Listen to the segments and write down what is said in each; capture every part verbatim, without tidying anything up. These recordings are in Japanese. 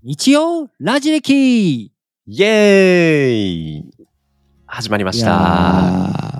日曜ラジ歴イエーイ始まりました。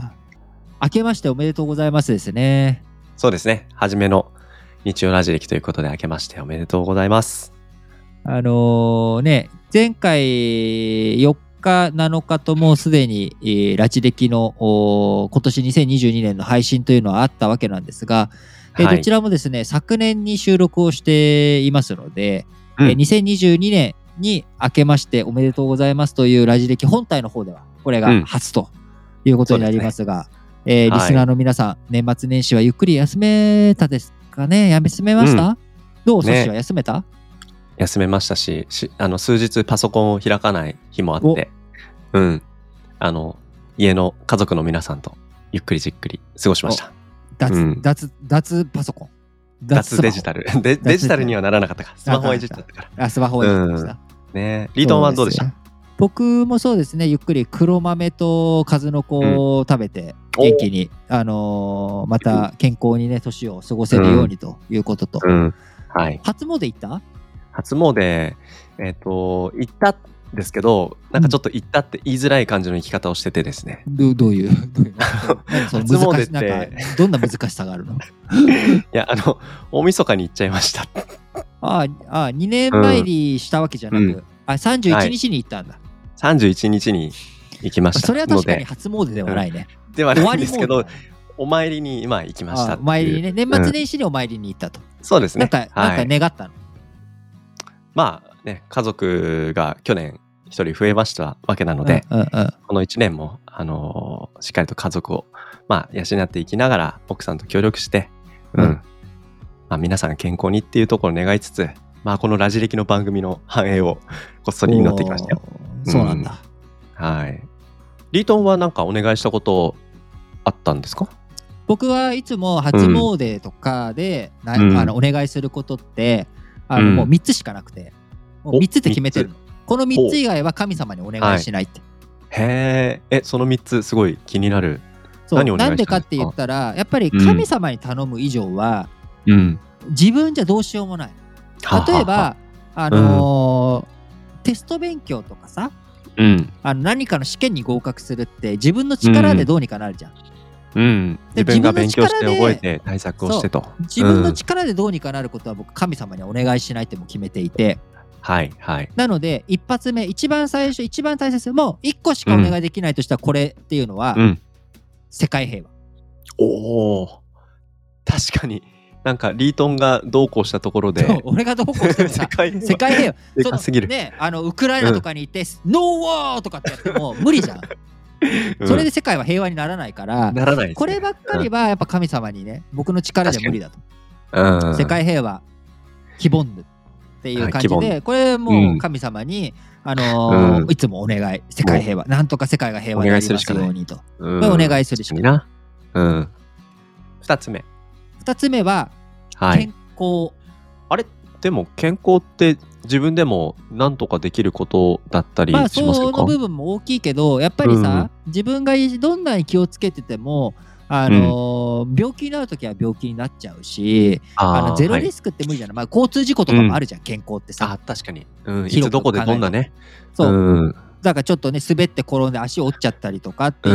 明けましておめでとうございますですね。 そうですね。初めの日曜ラジ歴ということで明けましておめでとうございます。 あのー、ね、前回よっかなのかともすでに、えー、ラジ歴の今年にせんにじゅうにねんの配信というのはあったわけなんですが、はい、えー、どちらもですね、昨年に収録をしていますので、うん、えー、にせんにじゅうにねんに明けましておめでとうございますというラジ歴本体の方ではこれが初ということになりますが、うん、えー、リスナーの皆さん、はい、年末年始はゆっくり休めたですかね。休めました、うん、どうソシは休めた、ね、 休めましたし、しあの数日パソコンを開かない日もあって、うん、あの家の家族の皆さんとゆっくりじっくり過ごしました。 脱、うん、脱、脱パソコン。 脱デジタルデ。デジタルにはならなかったか。スマホはいじっちゃったから。 あ、スマホはいじってました。 うん、ね、リートンはどうでした？ 僕もそうですね、ゆっくり黒豆と数の子を食べて元気に、うん、あのー、また健康にね年を過ごせるようにということと、 うんうん、はい、 初詣行った？ 初詣、えーと行ったんですけど、なんかちょっと行ったって言いづらい感じの生き方をしててですね。 うん、ど, どういうどういう初詣ってなんかどんな難しさがあるの？いや、あの大晦日に行っちゃいました。 ああ、にねん参りしたわけじゃなく、うん、あさんじゅういちにちに行ったんだ。はい、 さんじゅういちにちに行きました。 それは確かに初詣ではないね。 うん、ではないんですけど、お参りに今行きました。 お参りにね、年末年始にお参りに行ったと。うん、 そうですね。 なんか、なんか願ったの、はい、 まあね、家族が去年一人増えましたわけなので、 うんうんうん、 このいちねんも、あのー、しっかりと家族を、まあ、養っていきながら奥さんと協力して、うんうん、まあ、皆さん健康にっていうところを願いつつ、まあ、このラジ歴の番組の繁栄をこっそり祈ってきましたよ。 そうなんだ、 うん、はい。リートンは何かお願いしたことあったんですか？ 僕はいつも初詣とかで、うん、あのお願いすることってあの、うん、もうみっつしかなくて、もうみっつって決めてるの。このみっつ以外は神様にお願いしないって。 はい、へえ、そのみっつすごい気になる。 そう、 何お願いしたんですか？ なんでかって言ったらやっぱり神様に頼む以上は、うん、自分じゃどうしようもない。例えばはははあのーうん、テスト勉強とかさ、うん、あの何かの試験に合格するって自分の力でどうにかなるじゃん。 うんうん、自分が勉強して覚えて対策をしてと。 自分の力でどうにかなることは僕神様にお願いしないっても決めていて、 はいはい、 なので一発目一番最初一番大切もういっこしかお願いできないとしたらこれっていうのは、うん、世界平和。 おお、確かになんかリートンがどうこうしたところで俺がどうこうしてもさ世界平和でかすぎる、 ね、あのウクライナとかに行って、うん、ノーワーとかってやっても無理じゃん。うん、それで世界は平和にならないから、 ならないですね、 こればっかりはやっぱ神様にね、僕の力で無理だと、 うん、 世界平和希望ぬっていう感じで、これもう神様に、うん、あのーうん、いつもお願い、世界平和、なんとか世界が平和になりますようにとお願いするしかない。 うん、ふたつめふたつめは健康、はい、 あれでも健康って自分でもなんとかできることだったりしますか？ まあその部分も大きいけど、やっぱりさ、うん、自分がどんなに気をつけててもあのーうん、病気になるときは病気になっちゃうし、あのゼロリスクって無理じゃない、はい、まあ、交通事故とかもあるじゃん、うん、健康ってさ。 あ、確かに、うん、いつどこでどんなね。 そう、うん、だからちょっとね滑って転んで足折っちゃったりとかっていう、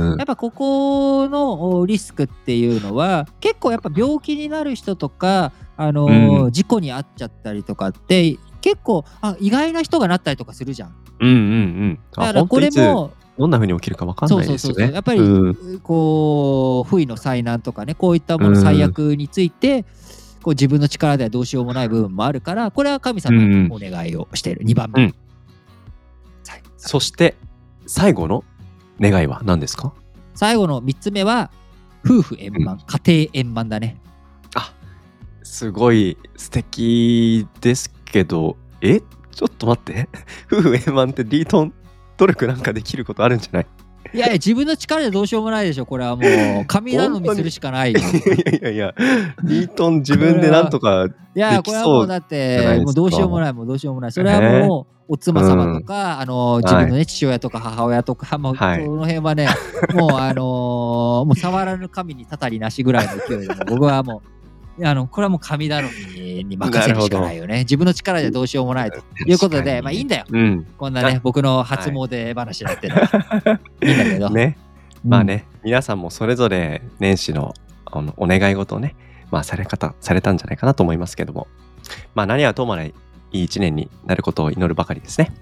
うん、やっぱここのリスクっていうのは結構やっぱ病気になる人とか、あのーうん、事故に遭っちゃったりとかって結構あ意外な人がなったりとかするじゃん。 うんうんうん。 だからこれもどんな風に起きるか分かんないですよね。 そうそうそうそう、やっぱり、うん、こう不意の災難とかね、こういったもの最悪について、うん、こう自分の力ではどうしようもない部分もあるから、これは神様にお願いをしている、うん、にばんめ、うん、 そして最後の願いは何ですか？ 最後のみっつめは夫婦円満、うん、家庭円満だね。 あ、すごい素敵ですけど、えちょっと待って夫婦円満ってリートン努力なんかできることあるんじゃない？ いやいや、自分の力でどうしようもないでしょ。これはもう神頼みするしかないよ。いやいやいや、リートン自分でなんとかできそう。 いやこれはもうだってもうどうしようもない、もうどうしようもない。それはもうお妻様とか、うん、あの自分のね、はい、父親とか母親とか、もうはい、この辺はねもうあのー、もう触らぬ神にたたりなしぐらいの勢いで僕はもうあのこれはもう神頼みに任せるしかないよね。自分の力じゃどうしようもないということで、まあいいんだよ、うん、こんなね僕の初詣話になってる、はい、いいんだけどね、まあね、うん、皆さんもそれぞれ年始のあのお願い事をね、まあされ方されたんじゃないかなと思いますけども、まあ何はともあれいい一年になることを祈るばかりですね。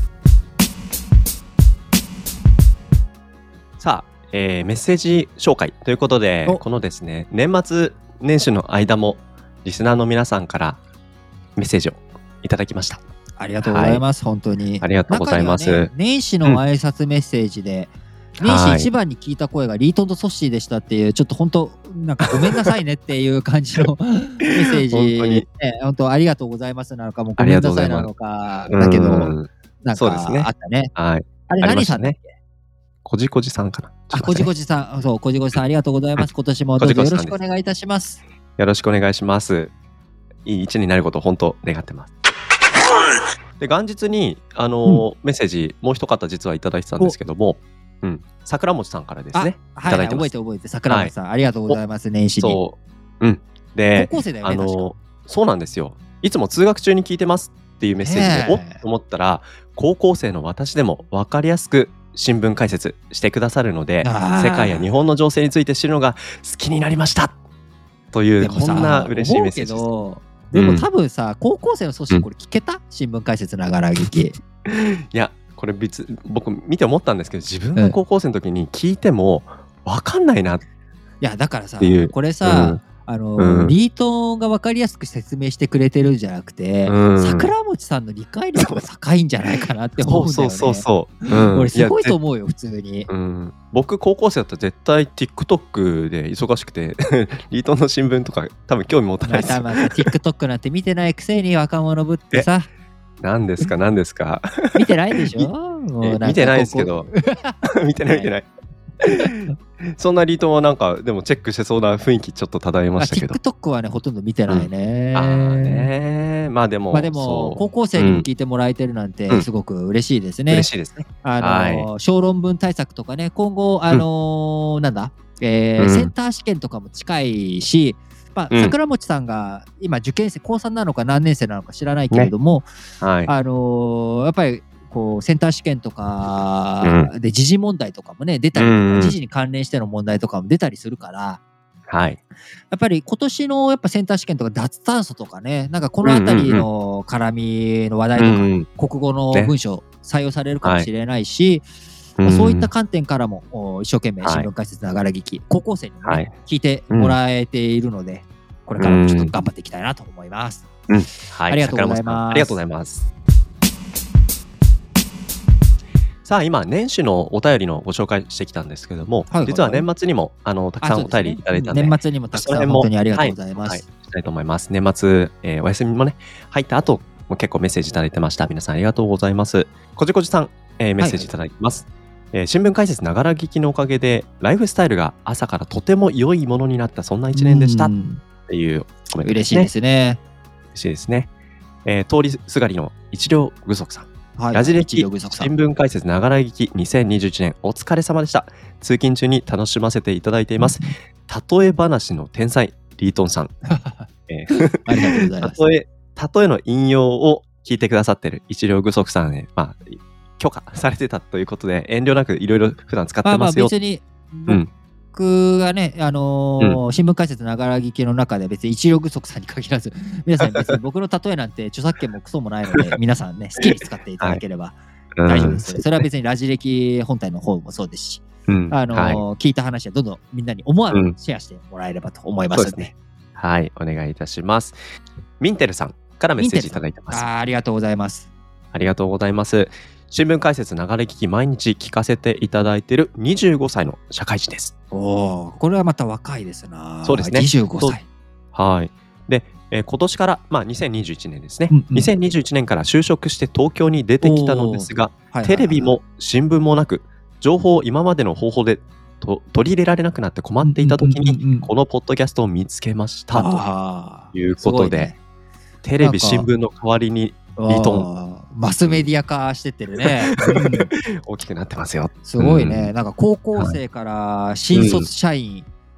さあ、えー、メッセージ紹介ということで、このですね年末年始の間もリスナーの皆さんからメッセージをいただきました。 ありがとうございます、はい、本当にありがとうございます、 ね、年始の挨拶メッセージで、うん、年始一番に聞いた声がリートンとソッシーでしたっていう、ちょっと本当なんかごめんなさいねっていう感じのメッセージ本当に、ね、本当ありがとうございますなのかもうごめんなさいなのかだけど、なんかあったね。 はい、 あれ何さんだっけ？ こじこじさんかな。 あ、こじこじさん、そう、こじこじさんありがとうございます。今年もどうぞよろしくお願いいたします。 よろしくお願いします。いい一年になることを本当願ってます。で、元日にあのーうん、メッセージもう一方実はいただいてたんですけども、うん、桜餅さんからですね。 はい、いただいてます。覚えて覚えて、桜餅さん、はい、ありがとうございます。年始に。 そう、うん。で、 高校生だよね。あのー、 そうなんですよ。いつも通学中に聞いてますっていうメッセージで、おっと思ったら、高校生の私でも分かりやすく新聞解説してくださるので、世界や日本の情勢について知るのが好きになりましたという、こんな嬉しいメッセージです。 でも多分さ、うん、高校生の組織これ聞けた、うん、新聞解説ながら劇。いやこれ別僕見て思ったんですけど、自分が高校生の時に聞いても分かんないなっていう。 いやだからさこれさ、うんあのうん、リートンが分かりやすく説明してくれてるんじゃなくて、うん、桜餅さんの理解力が高いんじゃないかなって思うんだよね。 そうそうそうそう、うん、 俺すごいと思うよ普通に、 うん、僕高校生だったら絶対 TikTok で忙しくてリートンの新聞とか多分興味持たないですよ。 またまた TikTok なんて見てないくせに若者ぶってさ。 何ですか何ですか見てないでしょもう見てないですけど見てない見てないそんなリートンはなんかでもチェックしてそうな雰囲気ちょっと漂いましたけど、 TikTok はねほとんど見てないね、 うん、あねまあでもまあでも高校生にも聞いてもらえてるなんてすごく嬉しいですね、 うん、嬉しいですね。 あの、はい、小論文対策とかね今後あのーうん、なんだ、えーうん、センター試験とかも近いし、まあ、桜餅さんが今受験生高さんなのか何年生なのか知らないけれども、ねはい、あのー、やっぱりこうセンター試験とかで時事問題とかもね出たりとか、うん、時事に関連しての問題とかも出たりするから、 はい、 やっぱり今年のやっぱセンター試験とか脱炭素とかねなんかこの辺りの絡みの話題とか、うんうんうん、国語の文章採用されるかもしれないし、ねまあ、そういった観点からも一生懸命新聞解説ながら聞き、はい、高校生にも、ねはい、聞いてもらえているので、これからもちょっと頑張っていきたいなと思います、 うんはい、 ありがとうございます。 ありがとうございます。さあ今年始のお便りのご紹介してきたんですけども、はいはいはい、実は年末にもあのたくさんお便りいただいたので、 ね、年末にもたくさん本当にありがとうございます、はいはい、 したいと思います。年末、えー、お休みもね入った後も結構メッセージいただいてました。皆さんありがとうございます。こじこじさん、えー、メッセージいただいてます、はいはいえー、新聞解説ながら聞きのおかげでライフスタイルが朝からとても良いものになったそんな一年でしたっていうコメントですね。 嬉しいですね。 嬉しいですね、えー、通りすがりの一両具足さん、はい、ラジ歴新聞解説ながら聞きにせんにじゅういちねんお疲れ様でした。通勤中に楽しませていただいています。例え話の天才リートンさん、 えー、ありがとうございます。 例え例えの引用を聞いてくださっている一両具足さんね、まあ、許可されてたということで遠慮なくいろいろ普段使ってますよ。 まあまあ別に僕がね、あのーうん、新聞解説ながら聞きの中で別に一両具足さんに限らず皆さん別に僕の例えなんて著作権もクソもないので皆さんね好きに使っていただければ大丈夫です、はい、それは別にラジ歴本体の方もそうですし、うんあのーはい、聞いた話はどんどんみんなに思わずシェアしてもらえればと思いますので、うん、ね、 はいお願いいたします。ミンテルさんからメッセージいただいてます。 あ, ありがとうございます。 ありがとうございます。新聞解説ながら聞き毎日聞かせていただいているにじゅうごさいの社会人です。 おーこれはまた若いですな。 そうですね、 にじゅうごさい。 はいで、えー、今年から、まあ、にせんにじゅういちねんですね、うんうん、にせんにじゅういちねんから就職して東京に出てきたのですが、はいはいはいはい、テレビも新聞もなく情報を今までの方法でと取り入れられなくなって困っていた時に、うんうんうん、このポッドキャストを見つけましたということで、ね、テレビ新聞の代わりにリートンマスメディア化してってるね、 うん、大きくなってますよ。 すごいね、うん、なんか高校生から新卒社員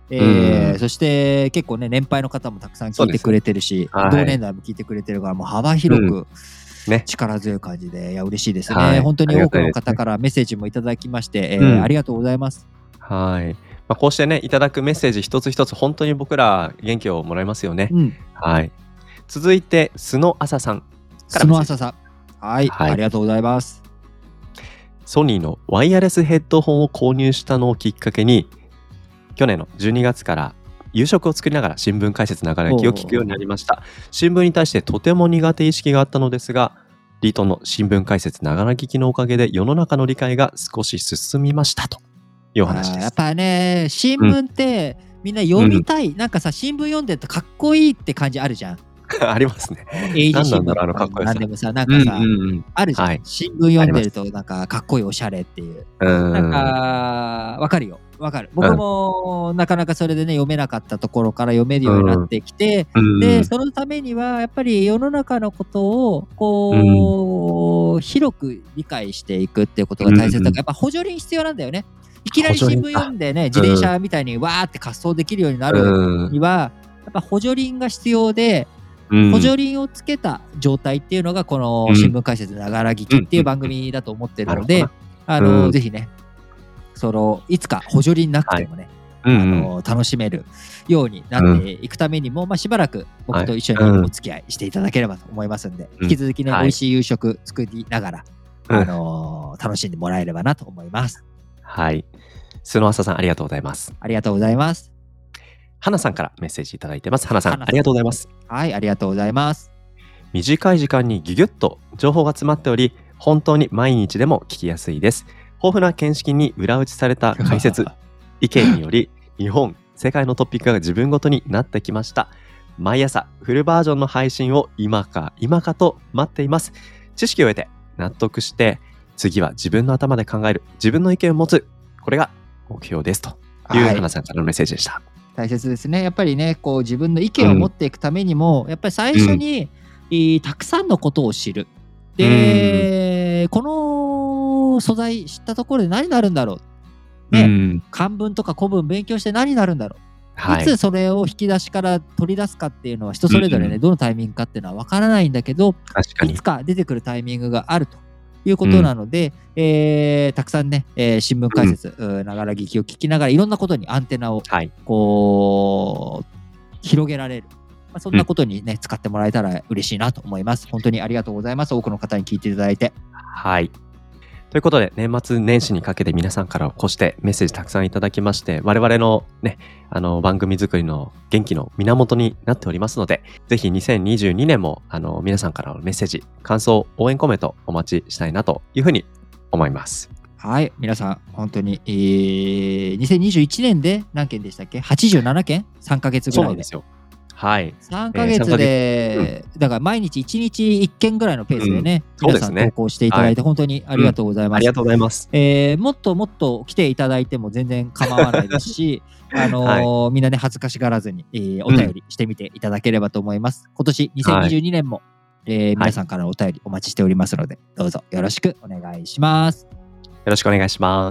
えうんーそして結構ね、年配の方もたくさん聞いてくれてるし、 そうですねはい同年代も聞いてくれてるから、もう幅広くね。 力強い感じで、いや、嬉しいですね。 はい本当に多くのありがたいですね方からメッセージもいただきまして、えうんーありがとうございます。 はい。まあ、こうしてね、いただくメッセージ一つ一つ、本当に僕ら元気をもらいますよね。 うん。 はい。続いて、須野朝さんからそメッセージ。 の朝さん。はい、 はいありがとうございます。 ソニーのワイヤレスヘッドホンを購入したのをきっかけに、去年のじゅうにがつから夕食を作りながら新聞解説ながら聞きを聞くようになりました。新聞に対してとても苦手意識があったのですが、リートンの新聞解説ながら聞きのおかげで世の中の理解が少し進みましたというお話です。 あーやっぱね、新聞ってみんな読みたい、なんかさ、新聞読んでるとかっこいいって感じあるじゃん。 ありますね。 英字新聞何なんだろうあのとかかっこよさなんでもさ、なんかさ、 うんうんうんあるじゃん、 はい新聞読んでるとなんかかっこいいおしゃれっていう。 うーんなんかわかるよ、わかる。僕もなかなかそれでね、読めなかったところから読めるようになってきて、 うんでそのためにはやっぱり世の中のことをこう、広く理解していくっていうことが大切だから、 うんやっぱ補助輪必要なんだよね。いきなり補助輪か新聞読んでね、自転車みたいにわーって滑走できるようになるうんには、やっぱ補助輪が必要で、 うん補助輪をつけた状態っていうのがこの新聞解説ながら聞きっていう番組だと思ってるので、あのうんぜひね、そのいつか補助輪なくてもね、 うんあの楽しめるようになっていくためにも、まあ、しばらく僕と一緒にはいうんお付き合いしていただければと思いますんで、 うん引き続きね、 はい美味しい夕食作りながら、 うんあの楽しんでもらえればなと思います。 はい。須野朝さんありがとうございます。 ありがとうございます。 花さんからメッセージいただいてます。花さん花さんありがとうございます。 はい、ありがとうございます。 短い時間にギュギュッと情報が詰まっており、本当に毎日でも聞きやすいです。豊富な見識に裏打ちされた解説、意見により日本、世界のトピックが自分ごとになってきました。毎朝フルバージョンの配信を今か今かと待っています。知識を得て納得して、次は自分の頭で考える、自分の意見を持つ、これが目標ですというはい花さんからのメッセージでした。 大切ですね。やっぱりね、こう自分の意見を持っていくためにも、やっぱり最初に、えーたくさんのことを知る。で、この素材知ったところで何になるんだろう。ね、 うん漢文とか古文勉強して何になるんだろう。 はいいつそれを引き出しから取り出すかっていうのは人それぞれね、 うんどのタイミングかっていうのは分からないんだけど、 確かにいつか出てくるタイミングがあるということなので、えーたくさんね、えー新聞解説、うんながら聞きを聞きながらいろんなことにアンテナをはいこう広げられる、まあ、そんなことにね、使ってもらえたら嬉しいなと思います。本当にありがとうございます。多くの方に聞いていただいて。 はいということで、年末年始にかけて皆さんからこうしてメッセージたくさんいただきまして、我々のね、あの番組作りの元気の源になっておりますので、ぜひにせんにじゅうにねんもあの皆さんからのメッセージ、感想、応援コメントお待ちしたいなというふうに思います。 はい、皆さん本当に、えー、にせんにじゅういちねんで何件でしたっけ ?はちじゅうなな 件 ?さん ヶ月ぐらいで。 そうなんですよ。はい。 さんかげつで、だから毎日いちにちいっけんぐらいのペースでね、 うんそうですね皆さん投稿していただいて本当にありがとうございます。 ありがとうございます。 えーもっともっと来ていただいても全然構わないですし、あのーみんなね恥ずかしがらずに、えーお便りしてみていただければと思います。今年にせんにじゅうにねんも、えー皆さんからのお便りお待ちしておりますので、どうぞよろしくお願いします。 よろしくお願いします。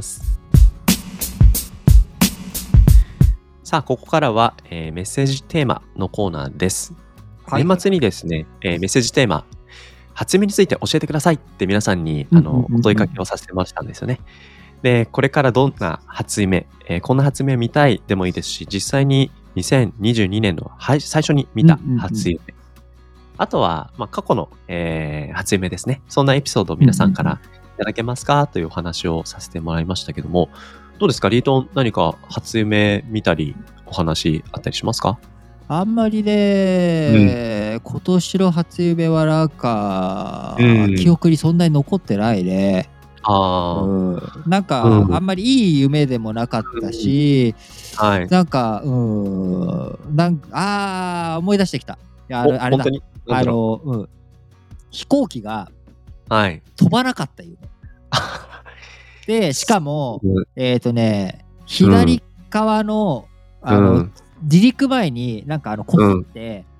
さあ、ここからは、えーメッセージテーマのコーナーです。 はい年末にですね、えーメッセージテーマ、初夢について教えてくださいって皆さんにあうんうんうんうんのお問いかけをさせてもらったんですよね。で、これからどんな初夢、えーこんな初夢を見たいでもいいですし、実際ににせんにじゅうにねんのはい最初に見たうんうんうん初夢。あとは、まあ、過去の、えー初夢ですね。そんなエピソードを皆さんからいただけますかというお話をさせてもらいましたけども、どうですかリートン、何か初夢見たりお話あったりしますか？ あんまりね、今年の初夢はなんか、 うん記憶にそんなに残ってないね。 あうん、なんか、 うんあんまりいい夢でもなかったし、 あ、はい。 なんか、うん、なんあー思い出してきた。いやあれあれだお本当になんあだろの、うん、飛行機がうはい。 飛ばなかった夢。で、しかも、えっ、とね、左側の、あの、 うん離陸前になんかあのこすって、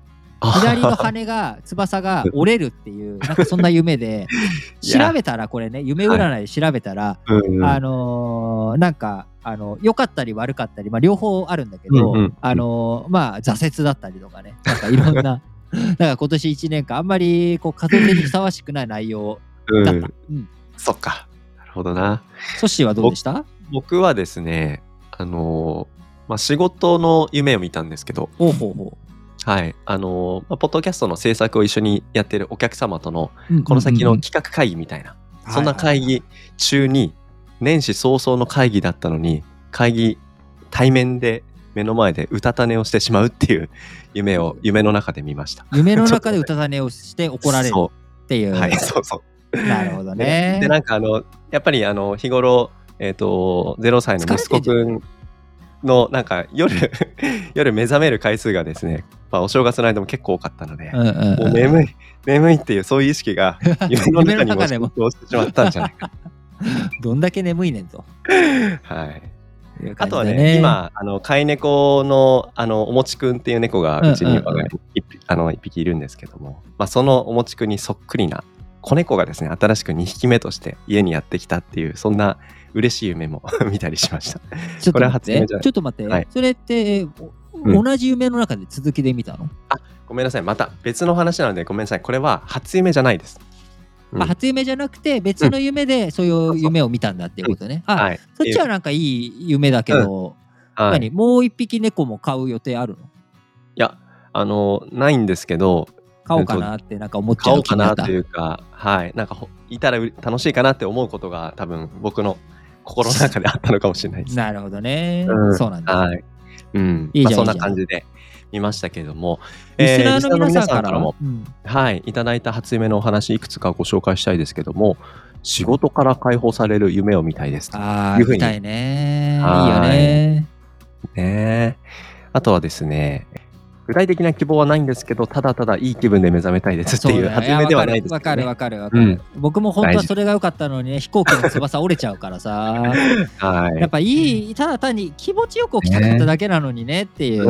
左の羽が翼が折れるっていうなんかそんな夢で調べたらこれね夢占いで調べたら、はいうんうん、あのー、なんかあの良かったり悪かったり、まあ、両方あるんだけど、うんうん、あのー、まあ挫折だったりとかねなんかいろんななんか今年いちねんかんあんまりこう風にふさわしくない内容だった、うんうん、そっかなるほどな。 ソッシーはどうでした？ 僕はですねあのーまあ、仕事の夢を見たんですけどほうほうほうはいあのーまあ、ポッドキャストの制作を一緒にやってるお客様とのこの先の企画会議みたいな、うんうんうん、そんな会議中に年始早々の会議だったのに会議対面で目の前でうたた寝をしてしまうっていう夢を夢の中で見ました。 夢の中でうたた寝をして怒られるっていうはいそうそうなるほどね。 で, でなんかあのやっぱりあの日頃えっ、ー、とゼロさいの息子くんのなんか夜夜目覚める回数がですね、まあ、お正月の間も結構多かったので、うんうんうん、もう眠い眠いっていうそういう意識が夢の中にも浸透してしまったんじゃないかどんだけ眠いねんとはいあとはね今あの飼い猫のあのおもちくんっていう猫がうちに我が家に一匹、あの一匹いるんですけども、まあ、そのおもちくんにそっくりな子猫がですね新しくにひきめとして家にやってきたっていうそんな嬉しい夢も見たりしました。 ちょっと待ってちょっと待って、はい、それって、うん、同じ夢の中で続きで見たの？ あごめんなさいまた別の話なのでごめんなさいこれは初夢じゃないです。 うん、あ初夢じゃなくて別の夢でそういう夢を見たんだっていうことね。うん、あ、はい、そっちはなんかいい夢だけど、うんはい、何もう一匹猫も飼う予定あるの？いやあのないんですけど買おうかなってなんか思っちゃう気になった。買おうかなというかはいなんかいたら楽しいかなって思うことが多分僕の心の中であったのかもしれないです。 なるほどね、うん、そうなんだ、 はいうんいいじゃん、まあ、そんな感じで見ましたけれどもリスナーの皆さんからも、 うん、 はいいただいた初夢のお話いくつかご紹介したいですけども仕事から解放される夢を見たいですとあいうふうに見たいねいいよねねあとはですね具体的な希望はないんですけどただただいい気分で目覚めたいですっていう初夢ではないですけどね。わかるわかるわかる、うん、 僕も本当はそれが良かったのにね飛行機の翼折れちゃうからさ、はい、やっぱいいただ単に気持ちよく起きたかっただけなのにねっていう、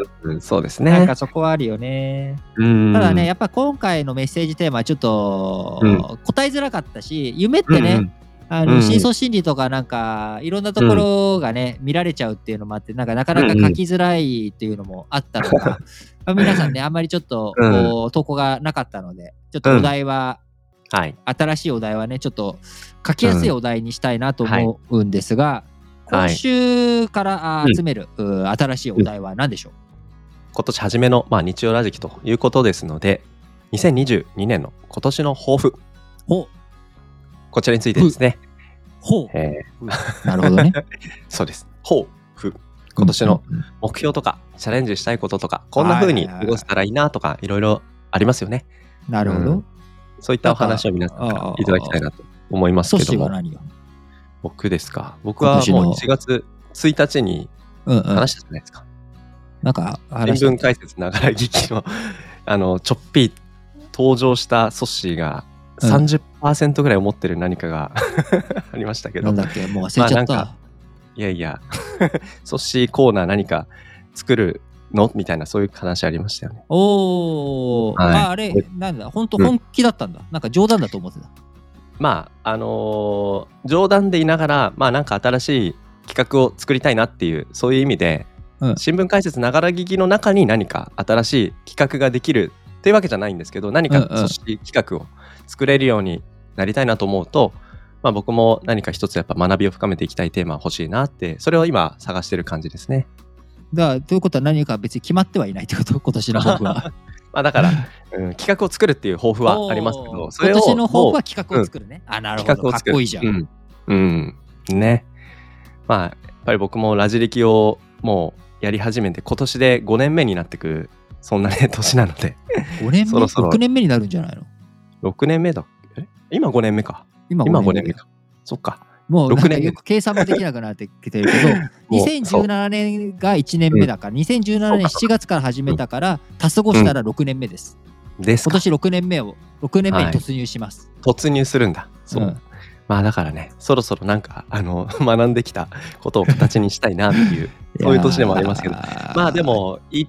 うん、そうですねなんかそこはあるよね。ただねやっぱ今回のメッセージテーマはちょっと、うん、答えづらかったし夢ってね、うんうんあの深層心理とかなんかいろんなところがね、うん、見られちゃうっていうのもあってなんかなかなか書きづらいっていうのもあったのが、うんうん、皆さんねあんまりちょっとこう投稿がなかったのでちょっとお題は、うんはい、新しいお題はねちょっと書きやすいお題にしたいなと思うんですが、うんはい、今週から集める、うん、新しいお題は何でしょう？ 今年初めの、まあ、日曜ラジキということですのでにせんにじゅうにねんの今年の抱負ほこちらについてですね。 ほう、えー、なるほどね。 そうです。抱負。今年の目標とか、うん、チャレンジしたいこととか、こんな風に過ごせたらいいなとか、いろいろありますよね。 なるほど、うん。 そういったお話を皆さんからいただきたいなと思いますけども。 何僕ですか。僕はもういちがつついたちに話したじゃないですか。 うんうん、なんか新聞解説ながら聞きのあのちょっぴり登場したソッシーが。さんじゅっパーセント ぐらい思ってる何かがありましたけどなんだっけもう忘れちゃった、まあ、 いやいやソッシーコーナー何か作るのみたいなそういう話ありましたよね。 おー、はい、ああれなんだ本当本気だったんだ、うん、なんか冗談だと思ってた。 まああのー、冗談でいながらまあなんか新しい企画を作りたいなっていうそういう意味で、うん、新聞解説ながら聞きの中に何か新しい企画ができるっていうわけじゃないんですけど何か組織企画を作れるようになりたいなと思うと、まあ、僕も何か一つやっぱ学びを深めていきたいテーマ欲しいなってそれを今探してる感じですね。 だからということは何か別に決まってはいないってこと今年の抱負はまあだから、うん、企画を作るっていう抱負はありますけどそれを今年の抱負は企画を作るね、うん、あなるほどかっこいいじゃん、うんうん、ねまあやっぱり僕もラジ歴をもうやり始めて今年でごねんめになってくそんなね年なのでごねんめそろそろろくねんめになるんじゃないの？ ろくねんめだえ今ごねんめか今ごねんめかそっかもうなんかよく計算もできなくなってきてるけどにせんじゅうななねんがいちねんめだから、うん、にせんじゅうななねんしちがつから始めたから足すごしたらろくねんめです、 うん、です今年ろくねんめをろくねんめに突入します、 はい、突入するんだそう、うん、まあだからねそろそろなんかあの学んできたことを形にしたいなっていうそういう年でもありますけどまあでもい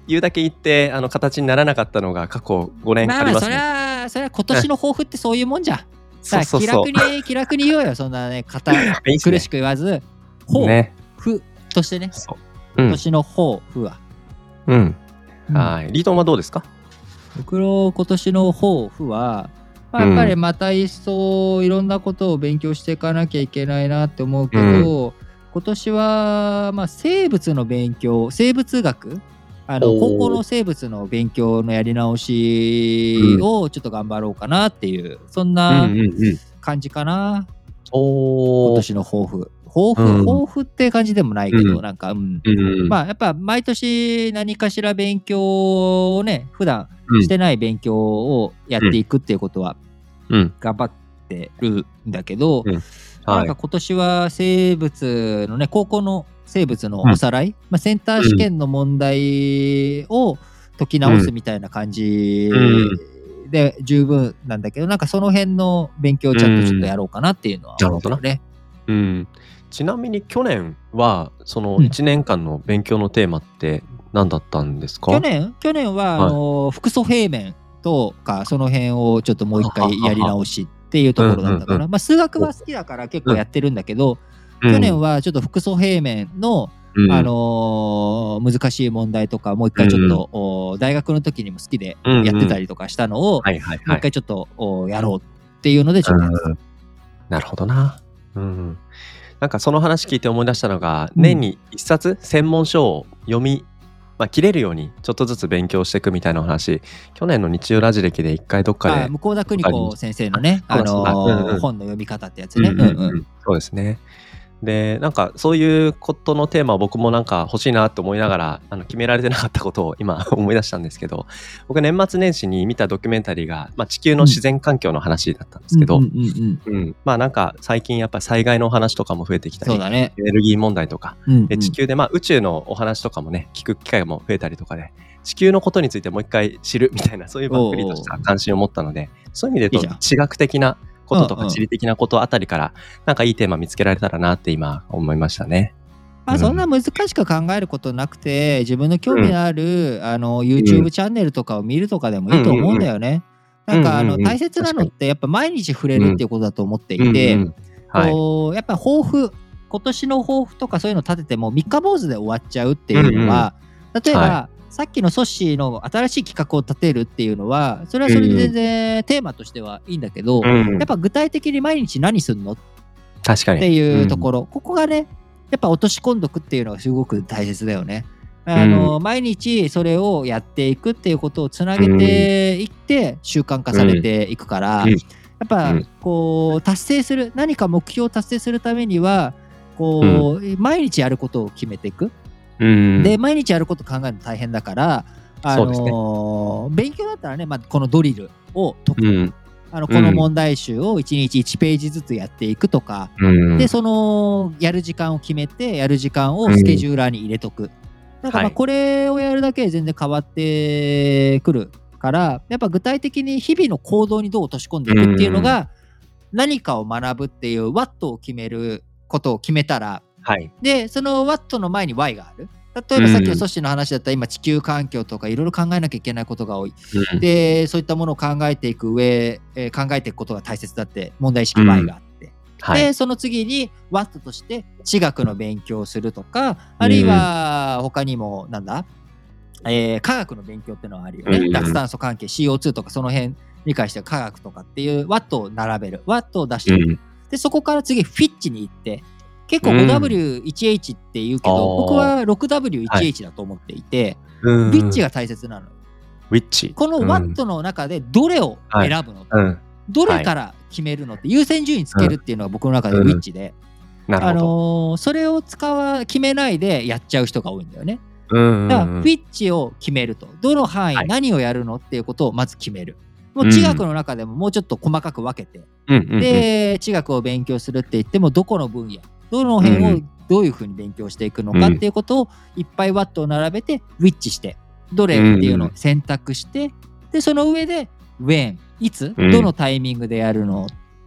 言うだけ言ってあの形にならなかったのが過去ごねんまあまあ、それありますね。 は、それは今年の抱負ってそういうもんじゃん。 そうそうそう。 気楽に、気楽に言おうよ。そんなね、堅苦しく言わず、抱負としてね。 そう。 今年の抱負は。 うん。はい。リートンはどうですか？ 僕の今年の抱負は、まあ、やっぱりまた一層いろんなことを勉強していかなきゃいけないなって思うけど、うん、今年はまあ生物の勉強、生物学、あの高校の生物の勉強のやり直しをちょっと頑張ろうかなっていう、そんな感じかな。今年の抱負。抱負、うん、抱負って感じでもないけど、うん、なんか、うんうん、まあやっぱ毎年何かしら勉強をね、普段してない勉強をやっていくっていうことは頑張ってるんだけど、うんうん、なんか今年は生物のね、高校の生物のおさらい、うん、まあ、センター試験の問題を解き直すみたいな感じで十分なんだけど、なんかその辺の勉強をちゃんとちょっとやろうかなっていうのは思うね。 うん、ちなみに去年はそのいちねんかんの勉強のテーマって何だったんですか？ 去年去年は、はい、あの複素平面とかその辺をちょっともう一回やり直しっていうところだったかな。まあ数学は好きだから結構やってるんだけど、うん、去年はちょっと複素平面の、うん、あのー、難しい問題とかもう一回ちょっと、うん、大学の時にも好きでやってたりとかしたのを、もう一回ちょっとやろうっていうのでちょっとやってた。うん、 なるほどな。うん、なんかその話聞いて思い出したのが、うん、年に一冊専門書を読み、まあ、切れるようにちょっとずつ勉強していくみたいな話、去年の日曜ラジ歴で一回どっかで向田邦子先生のね、あのーうんうん、本の読み方ってやつね。 そうですね。でなんかそういうことのテーマを僕もなんか欲しいなと思いながらあの決められてなかったことを今思い出したんですけど、僕年末年始に見たドキュメンタリーが、まあ、地球の自然環境の話だったんですけど、まあなんか最近やっぱり災害のお話とかも増えてきたり、 そうだね、 エネルギー問題とか、うんうん、地球でまあ宇宙のお話とかもね聞く機会も増えたりとかで、地球のことについてもう一回知るみたいな、そういうばっくりとした関心を持ったので、そういう意味で言うと地学的なこととか地理的なことあたりからなんかいいテーマ見つけられたらなって今思いましたね。 まあ、そんな難しく考えることなくて、自分の興味のある、うん、あの YouTube チャンネルとかを見るとかでもいいと思うんだよね。なんかあの大切なのってやっぱ毎日触れるっていうことだと思っていて、やっぱ抱負、今年の抱負とかそういうの立てても三日坊主で終わっちゃうっていうのは、うんうん、例えば、はい、さっきのソッシーの新しい企画を立てるっていうのはそれはそれで全然テーマとしてはいいんだけど、うん、やっぱ具体的に毎日何すんの確かにっていうところ、うん、ここがねやっぱ落とし込んどくっていうのがすごく大切だよね。あの、うん、毎日それをやっていくっていうことをつなげていって習慣化されていくから、うん、やっぱこう達成する何か目標を達成するためにはこう、うん、毎日やることを決めていく。で毎日やること考えるの大変だから、あのーね、勉強だったらね、まあ、このドリルを解く、うん、あのこの問題集をいちにちいちページずつやっていくとか、うん、でそのやる時間を決めてやる時間をスケジューラーに入れとく、うん、だからまあこれをやるだけで全然変わってくるから、やっぱ具体的に日々の行動にどう落とし込んでいくっていうのが、うん、何かを学ぶっていうワットを決めることを決めたら、はい、でそのワットの前に ワイ がある。例えばさっきのソッシーの話だったら今地球環境とかいろいろ考えなきゃいけないことが多い、うん、でそういったものを考えていく上、えー、考えていくことが大切だって問題意識 ワイ があって、うんはい、でその次にワットとして地学の勉強をするとか、あるいは他にもなんだ、えー、科学の勉強っていうのはあるよね、うん、脱炭素関係 シーオーツー とかその辺に関して科学とかっていうワットを並べる、ワットを出していく、うん、でそこから次フィッチに行って結構 ごダブリューワンエイチ って言うけど、うん、僕は ろくダブリューワンエイチ だと思っていて、はい、ウィッチが大切なの。 ウィッチ。 このワットの中でどれを選ぶの、はいうん、どれから決めるのって優先順位つけるっていうのが僕の中でウィッチで、うんうん、あのー、それを使わ決めないでやっちゃう人が多いんだよね。うんうんうん、だからウィッチを決めると、どの範囲、はい、何をやるのっていうことをまず決める。もう地学の中でももうちょっと細かく分けて、うん、で地学を勉強するって言ってもどこの分野どの辺をどういうふうに勉強していくのかっていうことをいっぱいワットを並べてウィッチしてどれっていうのを選択して、でその上で when いつどのタイミングでやるの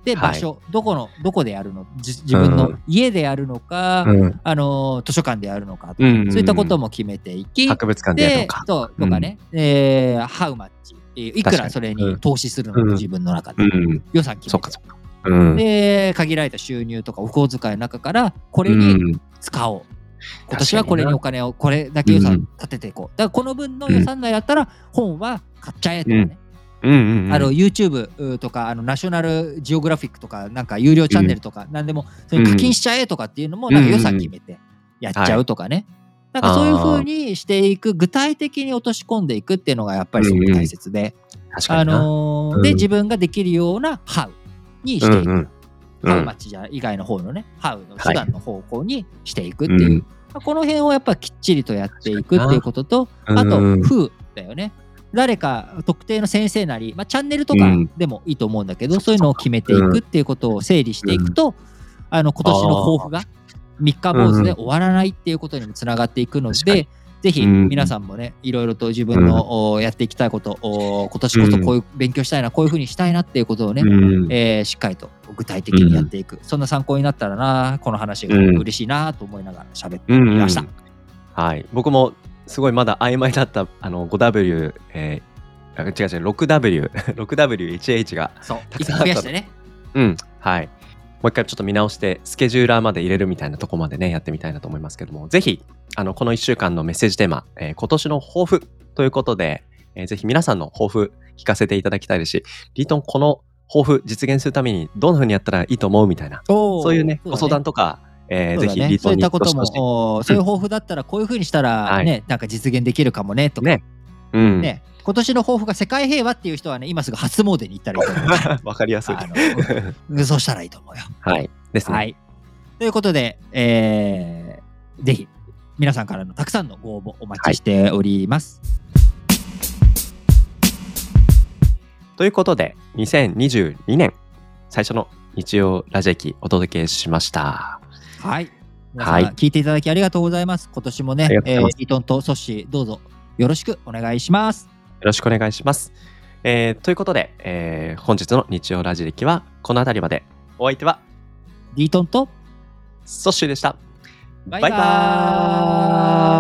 で場所、はい、どこのどこでやるの、自分の家でやるのか、うん、あの図書館でやるのかとか、うんうん、そういったことも決めていき、 博物館でやるのかととかね、うん、えー、ハウマッチ、いくらそれに投資するのか、うん、自分の中で、うん、予算決めて、うん、で限られた収入とかお小遣いの中からこれに使おう、うん、今年はこれにお金をこれだけ予算立てていこう、だからこの分の予算内だったら本は買っちゃえとかね、 うんうんうん、 あの YouTube とかあのナショナルジオグラフィックとかなんか有料チャンネルとか何でもそれ課金しちゃえとかっていうのもなんか予算決めてやっちゃうとかね、なんかそういう風にしていく、具体的に落とし込んでいくっていうのがやっぱりすごく大切で、あのー、で自分ができるようなハウにしていく、うんうんうん、ハウマッチじゃ以外の方のねハウの手段の方向にしていくっていう、はい、うん、この辺をやっぱきっちりとやっていくっていうことと、あと風だよね。誰か特定の先生なり、まあ、チャンネルとかでもいいと思うんだけど、うん、そういうのを決めていくっていうことを整理していくと、うん、あの今年の抱負が三日坊主で終わらないっていうことにもつながっていくので、ぜひ皆さんもね、いろいろと自分の、うん、やっていきたいこと、今年こそこういう勉強したいな、こういうふうにしたいなっていうことをね、うん、えー、しっかりと具体的にやっていく、うん、そんな参考になったらな、この話が嬉しいなと思いながら喋ってみました、うんうん、 はい、僕もすごいまだ曖昧だったあの ごダブリュー、えー、違う違う ろくダブリュー ろくダブリューいちエイチ がたくさんあった。増やしてね。 うん、はい。もう一回ちょっと見直してスケジューラーまで入れるみたいなとこまでねやってみたいなと思いますけども、ぜひあのこのいっしゅうかんのメッセージテーマ、えー、今年の抱負ということで、えー、ぜひ皆さんの抱負聞かせていただきたいですし、リートンこの抱負実現するためにどんな風にやったらいいと思うみたいな、そういうね、そうだね、ご相談とか、えーね、ぜひリートンにそういったことも、そういう抱負だったらこういう風にしたらね、はい、なんか実現できるかもねとかね、うん、ね、今年の抱負が世界平和っていう人はね、今すぐ初詣に行ったらいいと思う。 わかりやすい。 そうしたらいいと思うよ。 はいですね。 はい、ということで、えー、ぜひ皆さんからのたくさんのご応募お待ちしております。 はい、ということでにせんにじゅうにねん最初の日曜ラジ駅お届けしました。 はい。皆さん聞いていただきありがとうございます。今年もね、えー、リートンとソッシーどうぞよろしくお願いします。よろしくお願いします。えー、ということで、えー、本日の日曜ラジ歴はこの辺りまで。お相手はリートンとソッシーでした。 バイバーイ。